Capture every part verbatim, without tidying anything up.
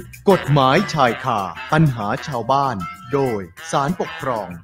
กฎหมายชายคาปัญหาชาวบ้านโดยศาลปกครอง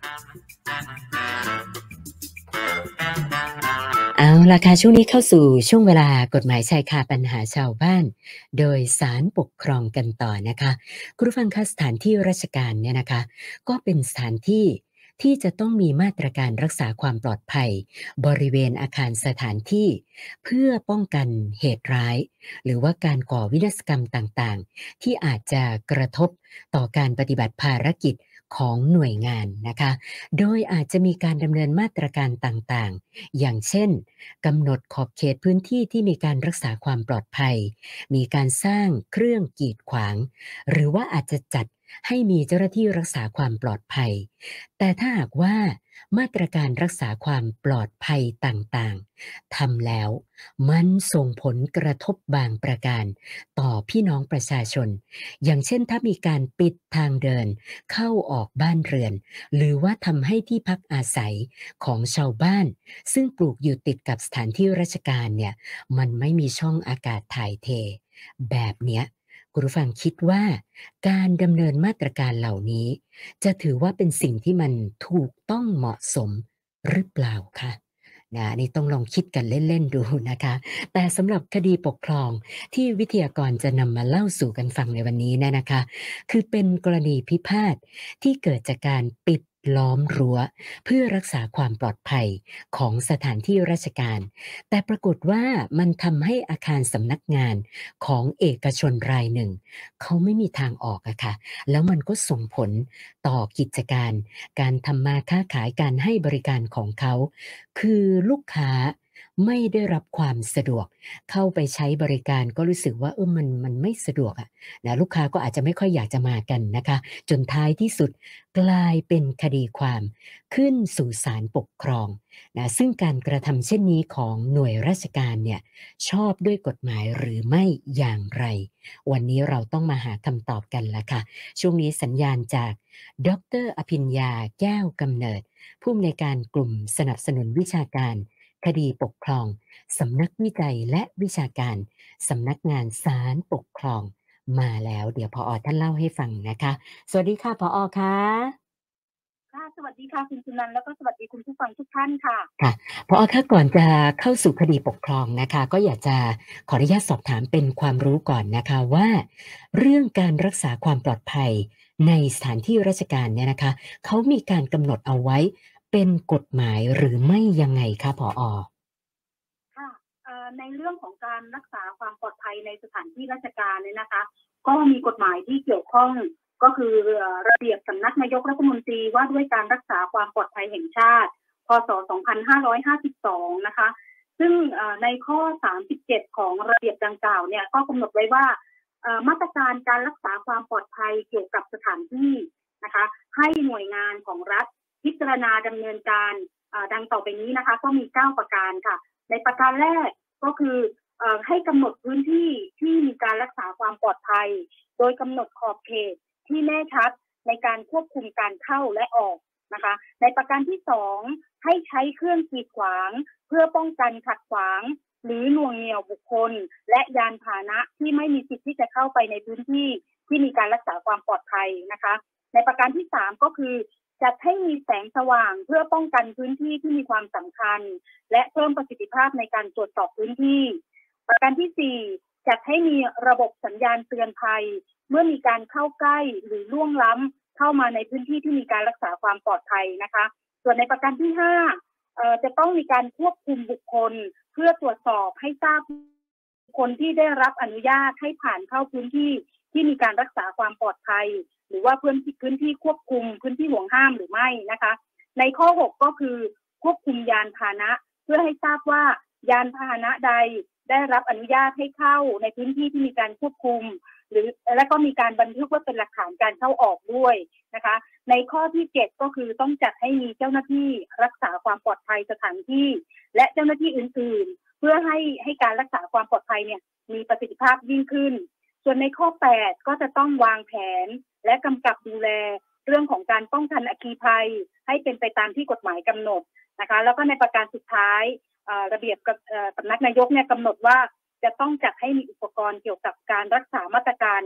เอาล่ะค่ะช่วงนี้เข้าสู่ช่วงเวลากฎหมายชายคาปัญหาชาวบ้านโดยศาลปกครองกันต่อนะคะคุณผู้ฟังคะสถานที่ราชการเนี่ยนะคะก็เป็นสถานที่ที่จะต้องมีมาตรการรักษาความปลอดภัยบริเวณอาคารสถานที่เพื่อป้องกันเหตุร้ายหรือว่าการก่อวินาศกรรมต่างๆที่อาจจะกระทบต่อการปฏิบัติภารกิจของหน่วยงานนะคะโดยอาจจะมีการดำเนินมาตรการต่างๆอย่างเช่นกำหนดขอบเขตพื้นที่ที่มีการรักษาความปลอดภัยมีการสร้างเครื่องกีดขวางหรือว่าอาจจะจัดให้มีเจ้าหน้าที่รักษาความปลอดภัยแต่ถ้าหากว่ามาตรการรักษาความปลอดภัยต่างๆทำแล้วมันส่งผลกระทบบางประการต่อพี่น้องประชาชนอย่างเช่นถ้ามีการปิดทางเดินเข้าออกบ้านเรือนหรือว่าทำให้ที่พักอาศัยของชาวบ้านซึ่งปลูกอยู่ติดกับสถานที่ราชการเนี่ยมันไม่มีช่องอากาศถ่ายเทแบบเนี้ยคุณผู้ฟังคิดว่าการดำเนินมาตรการเหล่านี้จะถือว่าเป็นสิ่งที่มันถูกต้องเหมาะสมหรือเปล่าคะนะอันนี้ต้องลองคิดกันเล่นๆดูนะคะแต่สำหรับคดีปกครองที่วิทยากรจะนำมาเล่าสู่กันฟังในวันนี้เนี่ยนะคะคือเป็นกรณีพิพาทที่เกิดจากการปิดล้อมรั้วเพื่อรักษาความปลอดภัยของสถานที่ราชการแต่ปรากฏว่ามันทำให้อาคารสำนักงานของเอกชนรายหนึ่งเขาไม่มีทางออกอะค่ะแล้วมันก็ส่งผลต่อกิจการการทำมาค้าขายการให้บริการของเขาคือลูกค้าไม่ได้รับความสะดวกเข้าไปใช้บริการก็รู้สึกว่าเออมันมันไม่สะดวกอะนะลูกค้าก็อาจจะไม่ค่อยอยากจะมากันนะคะจนท้ายที่สุดกลายเป็นคดีความขึ้นสู่ศาลปกครองนะซึ่งการกระทำเช่นนี้ของหน่วยราชการเนี่ยชอบด้วยกฎหมายหรือไม่อย่างไรวันนี้เราต้องมาหาคำตอบกันละค่ะช่วงนี้สัญญาณจากดรอภิญญาแก้วกำเนิดผู้อำนวยการกลุ่มสนับสนุนวิชาการคดีปกครองสำนักวิจัยและวิชาการสำนักงานศาลปกครองมาแล้วเดี๋ยวผอ.ท่านเล่าให้ฟังนะคะสวัสดีค่ะผอ.คะค่ะสวัสดีค่ะคุณสุนันท์แล้วก็สวัสดีคุณผู้ฟังทุกท่านค่ะค่ะผอ.คะก่อนจะเข้าสู่คดีปกครองนะคะก็อยากจะขออนุญาตสอบถามเป็นความรู้ก่อนนะคะว่าเรื่องการรักษาความปลอดภัยในสถานที่ราชการเนี่ยนะคะเขามีการกำหนดเอาไว้เป็นกฎหมายหรือไม่ยังไงคะผอ. ค่ะในเรื่องของการรักษาความปลอดภัยในสถานที่ราชการเนี่ยนะคะก็มีกฎหมายที่เกี่ยวข้องก็คือระเบียบสำนักนายกรัฐมนตรีว่าด้วยการรักษาความปลอดภัยแห่งชาติพ.ศ. สองพันห้าร้อยห้าสิบสองนะคะซึ่งในข้อสามสิบเจ็ดของระเบียบดังกล่าวเนี่ยก็กำหนดไว้ว่ามาตรการการรักษาความปลอดภัยเกี่ยวกับสถานที่นะคะให้หน่วยงานของรัฐพิจารณาดำเนินการดังต่อไปนี้นะคะก็มีเก้าประการค่ะในประการแรกก็คือให้กำหนดพื้นที่ที่มีการรักษาความปลอดภัยโดยกำหนดขอบเขตที่แน่ชัดในการควบคุมการเข้าและออกนะคะในประการที่สองให้ใช้เครื่องกีดขวางเพื่อป้องกันขัดขวางหรือหน่วงเหนี่ยวบุคคลและยานพาหนะที่ไม่มีสิทธิ์ที่จะเข้าไปในพื้นที่ที่มีการรักษาความปลอดภัยนะคะในประการที่สามก็คือจัดให้มีแสงสว่างเพื่อป้องกันพื้นที่ที่มีความสำคัญและเพิ่มประสิทธิภาพในการตรวจสอบพื้นที่ประการที่สี่จัดให้มีระบบสัญญาณเตือนภัยเมื่อมีการเข้าใกล้หรือล่วงล้ำเข้ามาในพื้นที่ที่มีการรักษาความปลอดภัยนะคะส่วนในประการที่ห้าเอ่อจะต้องมีการควบคุมบุคคลเพื่อตรวจสอบให้ทราบคนที่ได้รับอนุญาตให้ผ่านเข้าพื้นที่ที่มีการรักษาความปลอดภัยหรือว่าพื้นที่พื้นที่ควบคุมพื้นที่ห่วงห้ามหรือไม่นะคะในข้อหกก็คือควบคุมยานพาหนะเพื่อให้ทราบว่ายานพาหนะใดได้รับอนุญาตให้เข้าในพื้นที่ที่มีการควบคุมหรือและก็มีการบันทึกว่าเป็นหลักฐานการเข้าออกด้วยนะคะในข้อที่เจ็ดก็คือต้องจัดให้มีเจ้าหน้าที่รักษาความปลอดภัยสถานที่และเจ้าหน้าที่อื่นๆเพื่อให้ให้การรักษาความปลอดภัยเนี่ยมีประสิทธิภาพยิ่งขึ้นส่วนในข้อแปดก็จะต้องวางแผนและกำกับดูแลเรื่องของการป้องกันอัคคีภัยให้เป็นไปตามที่กฎหมายกำหนดนะคะแล้วก็ในประการสุดท้ายระเบียบสำนักนายกเนี่ยกำหนดว่าจะต้องจัดให้มีอุปกรณ์เกี่ยวกับการรักษามาตรการ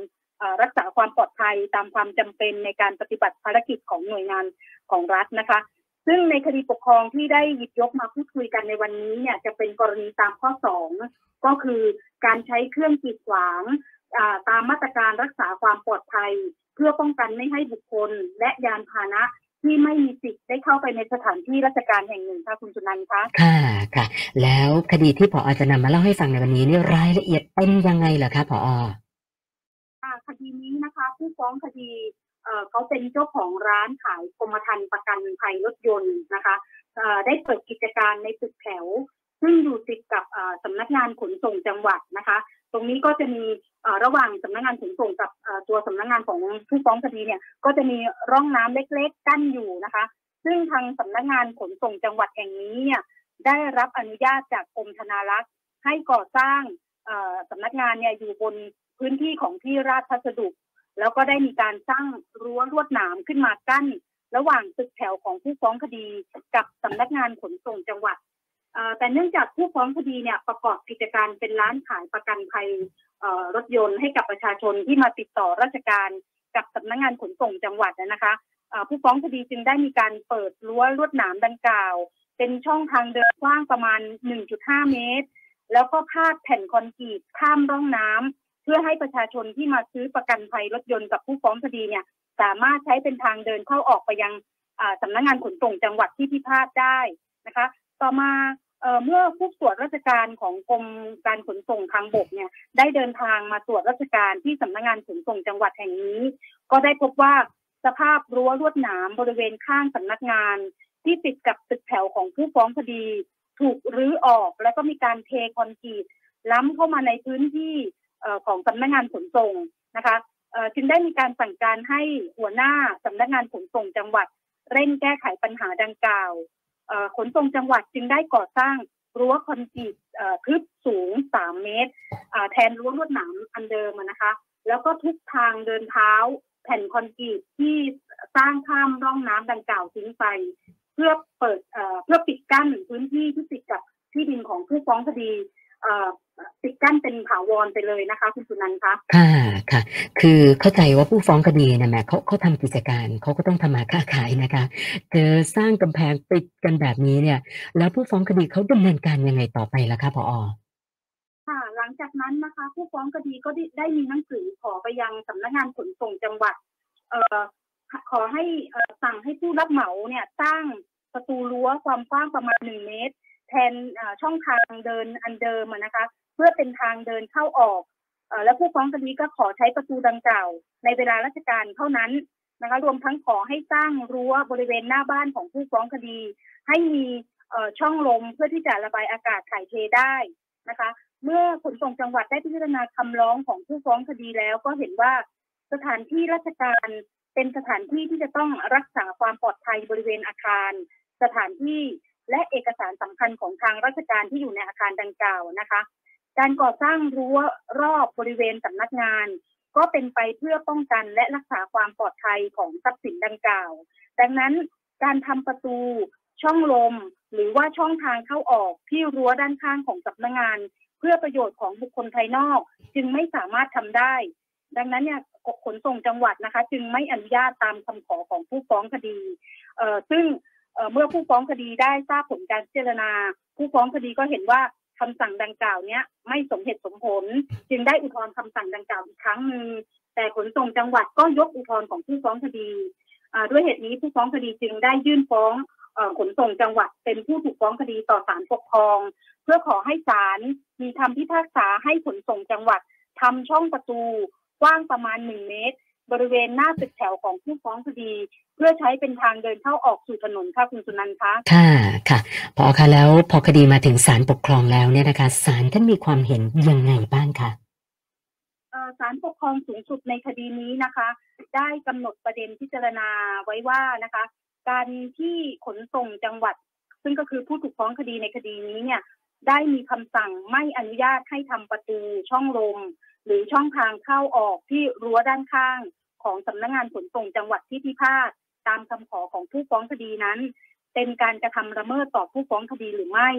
รักษาความปลอดภัยตามความจำเป็นในการปฏิบัติภารกิจของหน่วยงานของรัฐนะคะซึ่งในคดีปกครองที่ได้หยิบยกมาพูดคุยกันในวันนี้เนี่ยจะเป็นกรณีตามข้อสองก็คือการใช้เครื่องกีดขวางตามมาตรการรักษาความปลอดภัยเพื่อป้องกันไม่ให้บุคคลและยานพาหนะที่ไม่มีสิทธิ์ได้เข้าไปในสถานที่ราชการแห่งหนึ่งค่ะคุณสุนันท์คะค่ะค่ะแล้วคดีที่ผอ.จะนำมาเล่าให้ฟังในวันนี้นี่รายละเอียดเป็นยังไงเหรอคะผอ. คดีนี้นะคะผู้ฟ้องคดีเอ่อเขาเป็นเจ้าของร้านขายกรมธรรม์ประกันภัยรถยนต์นะคะเอ่อได้เปิดกิจการในตึกแถวซึ่งอยู่ติดกับสำนักงานขนส่งจังหวัดนะคะตรงนี้ก็จะมีระหว่างสำนักงานขนส่งกับตัวสำนักงานของผู้ฟ้องคดีเนี่ยก็จะมีร่องน้ำเล็กๆกั้นอยู่นะคะซึ่งทางสำนักงานขนส่งจังหวัดแห่งนี้เนี่ยได้รับอนุญาตจากกรมธนารักษ์ให้ก่อสร้างสำนักงานเนี่ยอยู่บนพื้นที่ของที่ราชพัสดุแล้วก็ได้มีการสร้างรั้วลวดหนามขึ้นมากั้นระหว่างตึกแถวของผู้ฟ้องคดีกับสำนักงานขนส่งจังหวัดแต่เนื่องจากผู้ฟ้องคดีเนี่ยประกอบกิจการเป็นร้านขายประกันภัยรถยนต์ให้กับประชาชนที่มาติดต่อราชการกับสำนักงานขนส่งจังหวัดนะคะผู้ฟ้องคดีจึงได้มีการเปิดรั้วลวดหนามดังกล่าวเป็นช่องทางเดินกว้างประมาณ หนึ่งจุดห้า เมตรแล้วก็พาดแผ่นคอนกรีตข้ามร่องน้ำเพื่อให้ประชาชนที่มาซื้อประกันภัยรถยนต์กับผู้ฟ้องคดีเนี่ยสามารถใช้เป็นทางเดินเข้าออกไปยังสำนักงานขนส่งจังหวัดที่พิพาทได้นะคะต่อมาเอ่อเมื่อผู้ตรวจราชการของกรมการขนส่งทางบกเนี่ยได้เดินทางมาตรวจราชการที่สำนักงานขนส่งจังหวัดแห่งนี้ก็ได้พบว่าสภาพรั้วลวดหนามบริเวณข้างสำนักงานที่ติดกับตึกแถวของผู้ฟ้องคดีถูกรื้อออกแล้วก็มีการเทคอนกรีตล้ำเข้ามาในพื้นที่ของสำนักงานขนส่งนะคะจึงได้มีการสั่งการให้หัวหน้าสำนักงานขนส่งจังหวัดเร่งแก้ไขปัญหาดังกล่าวขนส่งจังหวัดจึงได้ก่อสร้างรั้วคอนกรีตทึบสูงสามเมตรแทนรั้วลวดหนามอันเดิมนะคะแล้วก็ทุกทางเดินเท้าแผ่นคอนกรีตที่สร้างข้ามร่องน้ำดังกล่าวทิ้งไปเพื่อเปิดเพื่อปิดกั้นพื้นที่ที่ติดกับที่ดินของผู้ฟ้องคดีปิดกั้นเป็นถาวรไปเลยนะคะคุณสุนันท์คะค่ะค่ะคือเข้าใจว่าผู้ฟ้องคดีเนี่ยแหมเขาเขาทำกิจการเขาก็ต้องทำมาค้าขายนะคะเจอสร้างกำแพงติดกันแบบนี้เนี่ยแล้วผู้ฟ้องคดีเขาดำเนินการยังไงต่อไปล่ะคะผอ. ค่ะหลังจากนั้นนะคะผู้ฟ้องคดีก็ได้มีหนังสือขอไปยังสำนักงานขนส่งจังหวัดเอ่อขอให้สั่งให้ผู้รับเหมาเนี่ยสร้างประตูรั้วความกว้างประมาณหนึ่งเมตรแทนช่องทางเดินอันเดิมนะคะเพื่อเป็นทางเดินเข้าออกและผู้ฟ้องคดีก็ขอใช้ประตูดังกล่าวในเวลาราชการเท่านั้นนะคะรวมทั้งขอให้สร้างรั้วบริเวณหน้าบ้านของผู้ฟ้องคดีให้มีช่องลมเพื่อที่จะระบายอากาศถ่ายเทได้นะคะเมื่อขนส่งจังหวัดได้พิจารณาคำร้องของผู้ฟ้องคดีแล้วก็เห็นว่าสถานที่ราชการเป็นสถานที่ที่จะต้องรักษาความปลอดภัยบริเวณอาคารสถานที่และเอกสารสำคัญของทางราชการที่อยู่ในอาคารดังกล่าวนะคะการก่อสร้างรั้วรอบบริเวณสำนักงานก็เป็นไปเพื่อป้องกันและรักษาความปลอดภัยของทรัพย์สินดังกล่าวดังนั้นการทำประตูช่องลมหรือว่าช่องทางเข้าออกที่รั้วด้านข้างของสำนักงานเพื่อประโยชน์ของบุคคลภายนอกจึงไม่สามารถทำได้ดังนั้นเนี่ยขนส่งจังหวัดนะคะจึงไม่อนุญาตตามคำขอของผู้ฟ้องคดีเอ่อซึ่งเมื่อผู้ฟ้องคดีได้ทราบผลการพิจารณาผู้ฟ้องคดีก็เห็นว่าคำสั่งดังกล่าวนี้ไม่สมเหตุสมผลจึงได้อุทธรณ์คำสั่งดังกล่าวอีกครั้งหนึ่งแต่ขนส่งจังหวัดก็ยกอุทธรณ์ของผู้ฟ้องคดีด้วยเหตุนี้ผู้ฟ้องคดีจึงได้ยื่นฟ้องขนส่งจังหวัดเป็นผู้ถูกฟ้องคดีต่อศาลปกครองเพื่อขอให้ศาลมีคำพิพากษาให้ขนส่งจังหวัดทำช่องประตูกว้างประมาณหนึ่งเมตรบริเวณหน้าตึกแถวของผู้ฟ้องคดีเพื่อใช้เป็นทางเดินเข้าออกสู่ถนนค่ะคุณสุนันท์คะค่ะค่ะพอคะแล้วพอคดีมาถึงศาลปกครองแล้วเนี่ยนะคะศาลท่านมีความเห็นยังไงบ้างคะศาลปกครองสูงสุดในคดีนี้นะคะได้กำหนดประเด็นพิจารณาไว้ว่านะคะการที่ขนส่งจังหวัดซึ่งก็คือผู้ถูกฟ้องคดีในคดีนี้เนี่ยได้มีคำสั่งไม่อนุญาตให้ทำประตูช่องลมหรือช่องทางเข้าออกที่รั้วด้านข้างของสำนักงานขนส่งจังหวัดที่พิพาทตามคำขอของผู้ฟ้องคดีนั้นเป็นการกระทำละเมิดต่อผู้ฟ้องคดีหรือไม่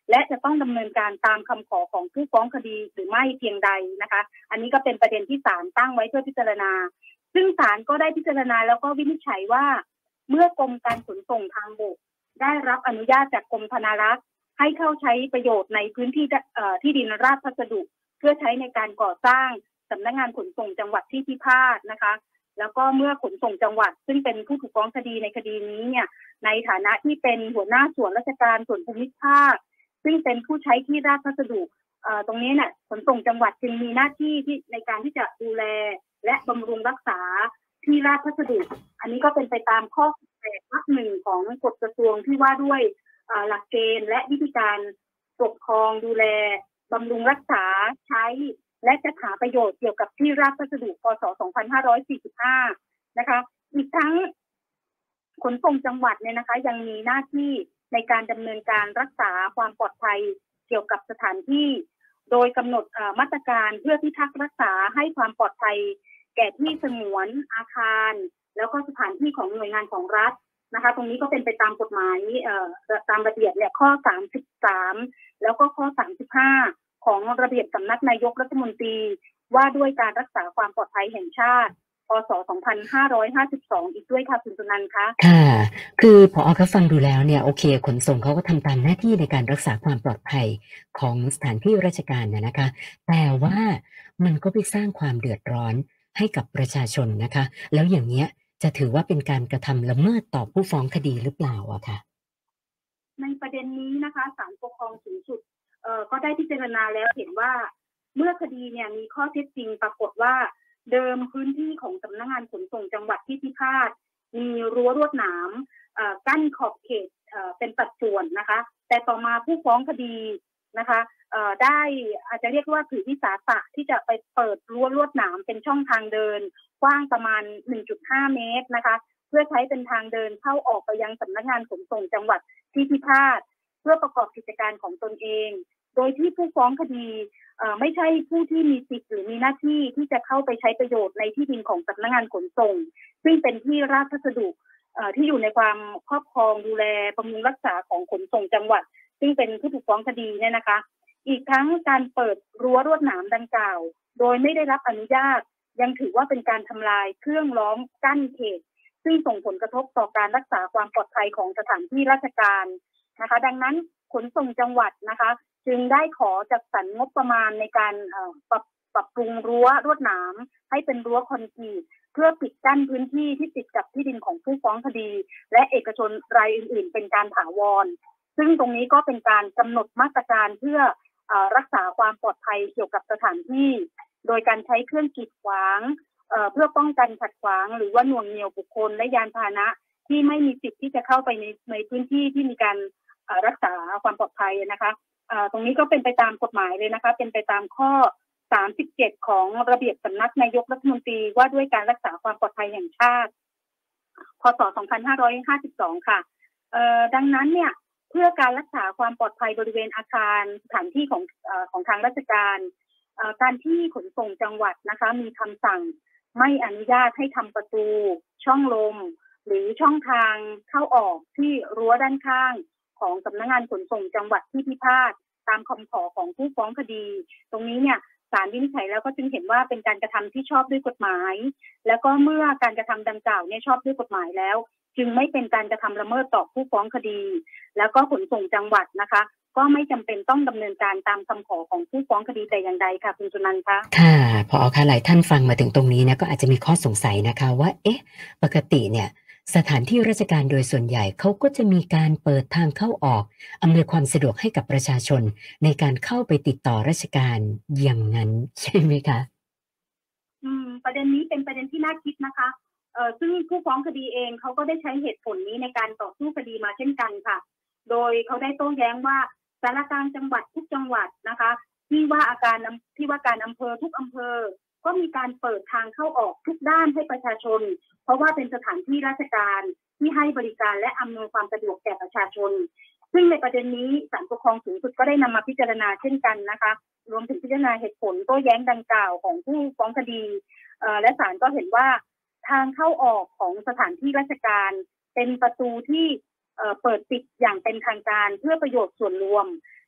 และจะต้องดำเนินการตามคำขอของผู้ฟ้องคดีหรือไม่เพียงใดนะคะอันนี้ก็เป็นประเด็นที่ศาลตั้งไว้เพื่อพิจารณาซึ่งศาลก็ได้พิจารณาแล้วก็วินิจฉัยว่าเมื่อกรมการขนส่งทางบกได้รับอนุญาตจากกรมธนารักษ์ให้เข้าใช้ประโยชน์ในพื้นที่ที่ดินราชพัสดุเพื่อใช้ในการก่อสร้างสำนักงานขนส่งจังหวัดที่พิพาทนะคะแล้วก็เมื่อขนส่งจังหวัดซึ่งเป็นผู้ถูกฟ้องคดีในคดีนี้เนี่ยในฐานะที่เป็นหัวหน้าส่วนราชการส่วนภูมิภาคซึ่งเป็นผู้ใช้ที่ราชพัสดุตรงนี้เนี่ยขนส่งจังหวัดจึงมีหน้าที่ที่ในการที่จะดูแลและบำรุงรักษาที่ราชพัสดุอันนี้ก็เป็นไปตามข้อแปดวรรคหนึ่งของกฎกระทรวงที่ว่าด้วยหลักเกณฑ์และวิธีการปกครองดูแลบำรุงรักษาใช้และจัดหาประโยชน์เกี่ยวกับที่ราชพัสดุพ.ศ. สองพันห้าร้อยสี่สิบห้านะคะอีกทั้งขนส่งจังหวัดเนี่ยนะคะยังมีหน้าที่ในการดำเนินการรักษาความปลอดภัยเกี่ยวกับสถานที่โดยกำหนดมาตรการเพื่อพิทักษ์รักษาให้ความปลอดภัยแก่ที่สงวนอาคารแล้วก็สถานที่ของหน่วยงานของรัฐนะคะตรงนี้ก็เป็นไปตามกฎหมายเอ่อตามระเบียบเนี่ยข้อสามสิบสามแล้วก็ข้อสามสิบห้าของระเบียบสำนักนายกรัฐมนตรีว่าด้วยการรักษาความปลอดภัยแห่งชาติพ.ศ. สองพันห้าร้อยห้าสิบสองอีกด้วยค่ะคุณสุนันท์คะค่ะคือผอ.ก็ฟังดูแล้วเนี่ยโอเคขนส่งเขาก็ทำตามหน้าที่ในการรักษาความปลอดภัยของสถานที่ราชการน่ะนะคะแต่ว่ามันก็ไปสร้างความเดือดร้อนให้กับประชาชนนะคะแล้วอย่างเงี้ยจะถือว่าเป็นการกระทำละเมิดต่อผู้ฟ้องคดีหรือเปล่าอะค่ะในประเด็นนี้นะคะศาลปกครองสูงสุดเอ่อก็ได้พิจารณาแล้วเห็นว่าเมื่อคดีเนี่ยมีข้อเท็จจริงปรากฏว่าเดิมพื้นที่ของสำนักงานขนส่งจังหวัดที่พิพาทมีรั้วลวดหนามกั้นขอบเขตเป็นสัดส่วนนะคะแต่ต่อมาผู้ฟ้องคดีนะคะได้อาจจะเรียกว่าถือวิสาสะที่จะไปเปิดรั้วลวดหนามเป็นช่องทางเดินกว้างประมาณ หนึ่งจุดห้า เมตรนะคะเพื่อใช้เป็นทางเดินเข้าออกไปยังสำนักงานขนส่งจังหวัดที่พิพาทเพื่อประกอบกิจการของตนเองโดยที่ผู้ฟ้องคดีไม่ใช่ผู้ที่มีสิทธิ์หรือมีหน้าที่ที่จะเข้าไปใช้ประโยชน์ในที่ดินของสำนักงานขนส่งซึ่งเป็นที่ราชพัสดุที่อยู่ในความครอบครองดูแลบำรุงรักษาของขนส่งจังหวัดซึ่งเป็นผู้ถูกฟ้องคดีเนี่ยนะคะอีกทั้งการเปิดรั้วลวดหนามดังกล่าวโดยไม่ได้รับอนุญาตยังถือว่าเป็นการทำลายเครื่องล้อมกั้นเขตซึ่งส่งผลกระทบต่อการรักษาความปลอดภัยของสถานที่ราชการนะคะดังนั้นขนส่งจังหวัดนะคะจึงได้ขอจัดสรรงบประมาณในการปรับปรับปรุงรั้วลวดหนามให้เป็นรั้วคอนกรีตเพื่อปิดกั้นพื้นที่ที่ติดกับที่ดินของผู้ฟ้องคดีและเอกชนรายอื่นๆเป็นการถาวรซึ่งตรงนี้ก็เป็นการกำหนดมาตรการเพื่อรักษาความปลอดภัยเกี่ยวกับสถานที่โดยการใช้เครื่องกีดขวางเพื่อป้องกันขัดขวางหรือว่าหน่วงเหนี่ยวบุคคลและยานพาหนะที่ไม่มีสิทธิ์ที่จะเข้าไปในในพื้นที่ที่มีการรักษาความปลอดภัยนะคะตรงนี้ก็เป็นไปตามกฎหมายเลยนะคะเป็นไปตามข้อสามสิบเจ็ดของระเบียบสำนักนายกรัฐมนตรีว่าด้วยการรักษาความปลอดภัยแห่งชาติพ.ศ. สองพันห้าร้อยห้าสิบสองค่ะดังนั้นเนี่ยเพื่อการรักษาความปลอดภัยบริเวณอาคารสถานที่ของของทางราชการการที่ขนส่งจังหวัดนะคะมีคำสั่งไม่อนุญาตให้ทำประตูช่องลมหรือช่องทางเข้าออกที่รั้วด้านข้างของสำนักงานขนส่งจังหวัดที่พิพาทตามคำขอของผู้ฟ้องคดีตรงนี้เนี่ยศาลวินิจฉัยแล้วก็จึงเห็นว่าเป็นการกระทำที่ชอบด้วยกฎหมายแล้วก็เมื่อการกระทำดังกล่าวเนี่ยชอบด้วยกฎหมายแล้วจึงไม่เป็นการกระทำละเมิดต่อผู้ฟ้องคดีแล้วก็ขนส่งจังหวัดนะคะก็ไม่จำเป็นต้องดำเนินการตามคำขอของผู้ฟ้องคดีแต่อย่างใดค่ะคุณจุนันท์คะค่ะพอค่ะหลายท่านฟังมาถึงตรงนี้นะก็อาจจะมีข้อสงสัยนะคะว่าเอ๊ะปกติเนี่ยสถานที่ราชการโดยส่วนใหญ่เขาก็จะมีการเปิดทางเข้าออกอำนวยความสะดวกให้กับประชาชนในการเข้าไปติดต่อราชการอย่างนั้นใช่ไหมคะอืมประเด็นนี้เป็นประเด็นที่น่าคิดนะคะเอ่อซึ่งผู้ฟ้องคดีเองเขาก็ได้ใช้เหตุผลนี้ในการต่อสู้คดีมาเช่นกันค่ะโดยเขาได้โต้แย้งว่าศาลกลางจังหวัดทุกจังหวัดนะคะที่ว่าอาการที่ว่าการอำเภอทุกอำเภอก็มีการเปิดทางเข้าออกทุกด้านให้ประชาชนเพราะว่าเป็นสถานที่ราชการที่ให้บริการและอำนวยความสะดวกแก่ประชาชนซึ่งในประเด็นนี้ศาลปกครองสูงสุดก็ได้นำมาพิจารณาเช่นกันนะคะรวมถึงพิจารณาเหตุผลโต้แย้งดังกล่าวของผู้ฟ้องคดีและศาลก็เห็นว่าทางเข้าออกของสถานที่ราชการเป็นประตูที่เปิดปิดอย่างเป็นทางการเพื่อประโยชน์ส่วนรวม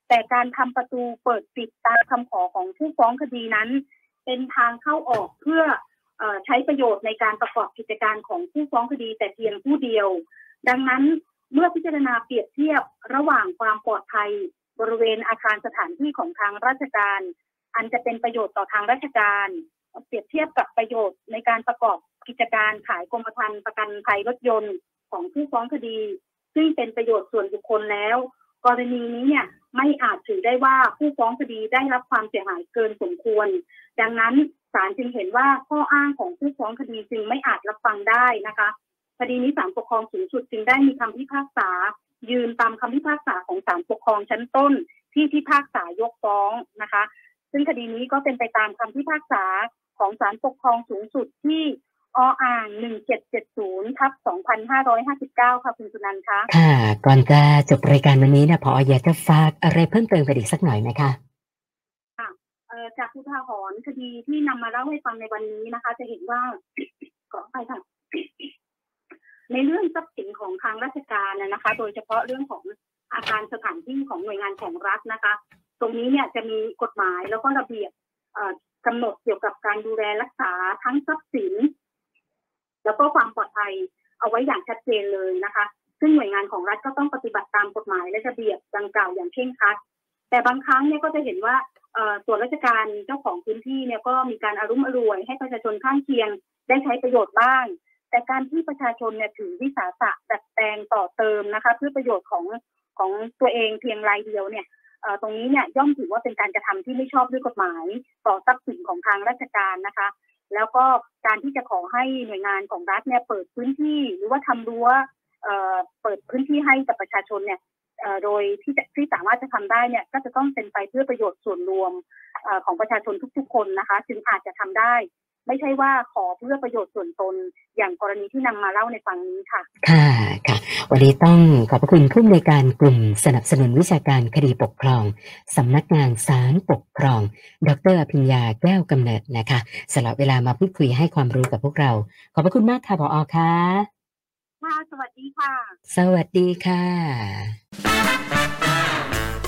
แต่การทำประตูเปิดปิดตามคำขอของผู้ฟ้องคดีนั้นเป็นทางเข้าออกเพื่อเอ่อใช้ประโยชน์ในการประกอบกิจการของผู้ฟ้องคดีแต่เพียงผู้เดียวดังนั้นเมื่อพิจารณาเปรียบเทียบระหว่างความปลอดภัยบริเวณอาคารสถานที่ของทางราชการอันจะเป็นประโยชน์ต่อทางราชการเปรียบเทียบกับประโยชน์ในการประกอบกิจการขายกรมธรรม์ประกันภัยรถยนต์ของผู้ฟ้องคดีซึ่งเป็นประโยชน์ส่วนบุคคลแล้วกรณีนี้เนี่ยไม่อาจถือได้ว่าผู้ฟ้องคดีได้รับความเสียหายเกินสมควรดังนั้นศาลจึงเห็นว่าข้ออ้างของผู้ฟ้องคดีจึงไม่อาจรับฟังได้นะคะคดีนี้ศาลปกครองสูงสุดจึงได้มีคำพิพากษายืนตามคำพิพากษาของศาลปกครองชั้นต้นที่พิพากษายกฟ้องนะคะซึ่งคดีนี้ก็เป็นไปตามคำพิพากษาของศาลปกครองสูงสุดที่ออ่างหนึ่งเจ็ดเจ็ดศูนย์ทับสองพันห้าร้อยห้าสิบเก้าค่ะคุณสุนันท์คะค่ะก่อนจะจบรายการวันนี้นะผออยากจะฝากอะไรเพิ่มเติมไปอีกสักหน่อยไหมคะค่ะเอ่อจากอุทาหรณ์คดีที่นำมาเล่าให้ฟังในวันนี้นะคะจะเห็นว่าขอไปค่ะในเรื่องทรัพย์สินของทางราชการนะคะโดยเฉพาะเรื่องของอาคารสถานที่ของหน่วยงานของรัฐนะคะตรงนี้เนี่ยจะมีกฎหมายแล้วก็ระเบียบกำหนดเกี่ยวกับการดูแลรักษาทั้งทรัพย์สินแล้วก็ความปลอดภัยเอาไว้อย่างชัดเจนเลยนะคะซึ่งหน่วยงานของรัฐก็ต้องปฏิบัติตามกฎหมายและระเบียบดังกล่าวอย่างเคร่งครัดแต่บางครั้งเนี่ยก็จะเห็นว่าส่วนราชการเจ้าของพื้นที่เนี่ยก็มีการอารุ่มอร่วยให้ประชาชนข้างเคียงได้ใช้ประโยชน์บ้างแต่การที่ประชาชนเนี่ยถือวิสาสะดัดแปลงต่อเติมนะคะเพื่อประโยชน์ของของตัวเองเพียงรายเดียวเนี่ยตรงนี้เนี่ยย่อมถือว่าเป็นการกระทำที่ไม่ชอบด้วยกฎหมายต่อทรัพย์สินของทางราชการนะคะแล้วก็การที่จะขอให้หน่วยงานของรัฐเนี่ยเปิดพื้นที่หรือว่าทำรั้วเปิดพื้นที่ให้กับประชาชนเนี่ยโดยที่ที่สามารถจะทำได้เนี่ยก็จะต้องเป็นไปเพื่อประโยชน์ส่วนรวมของประชาชนทุกๆคนนะคะจึงอาจจะทำได้ไม่ใช่ว่าขอเพื่อประโยชน์ส่วนตนอย่างกรณีที่นำมาเล่าในฟังนี้ค่ะค่ะค่ะวันนี้ต้องขอบพระคุณผู้อำนวยการกลุ่มสนับสนุนวิชาการคดีปกครองสำนักงานศาลปกครองดร.อภิญญาแก้วกำเนิดนะคะสละเวลามาพูดคุยให้ความรู้กับพวกเราขอบพระคุณมากค่ะผอ.ค่ะค่ะสวัสดีค่ะสวัสดีค่ะ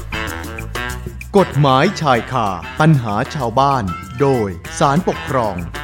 กฎหมายชายคาปัญหาชาวบ้านโดยศาลปกครอง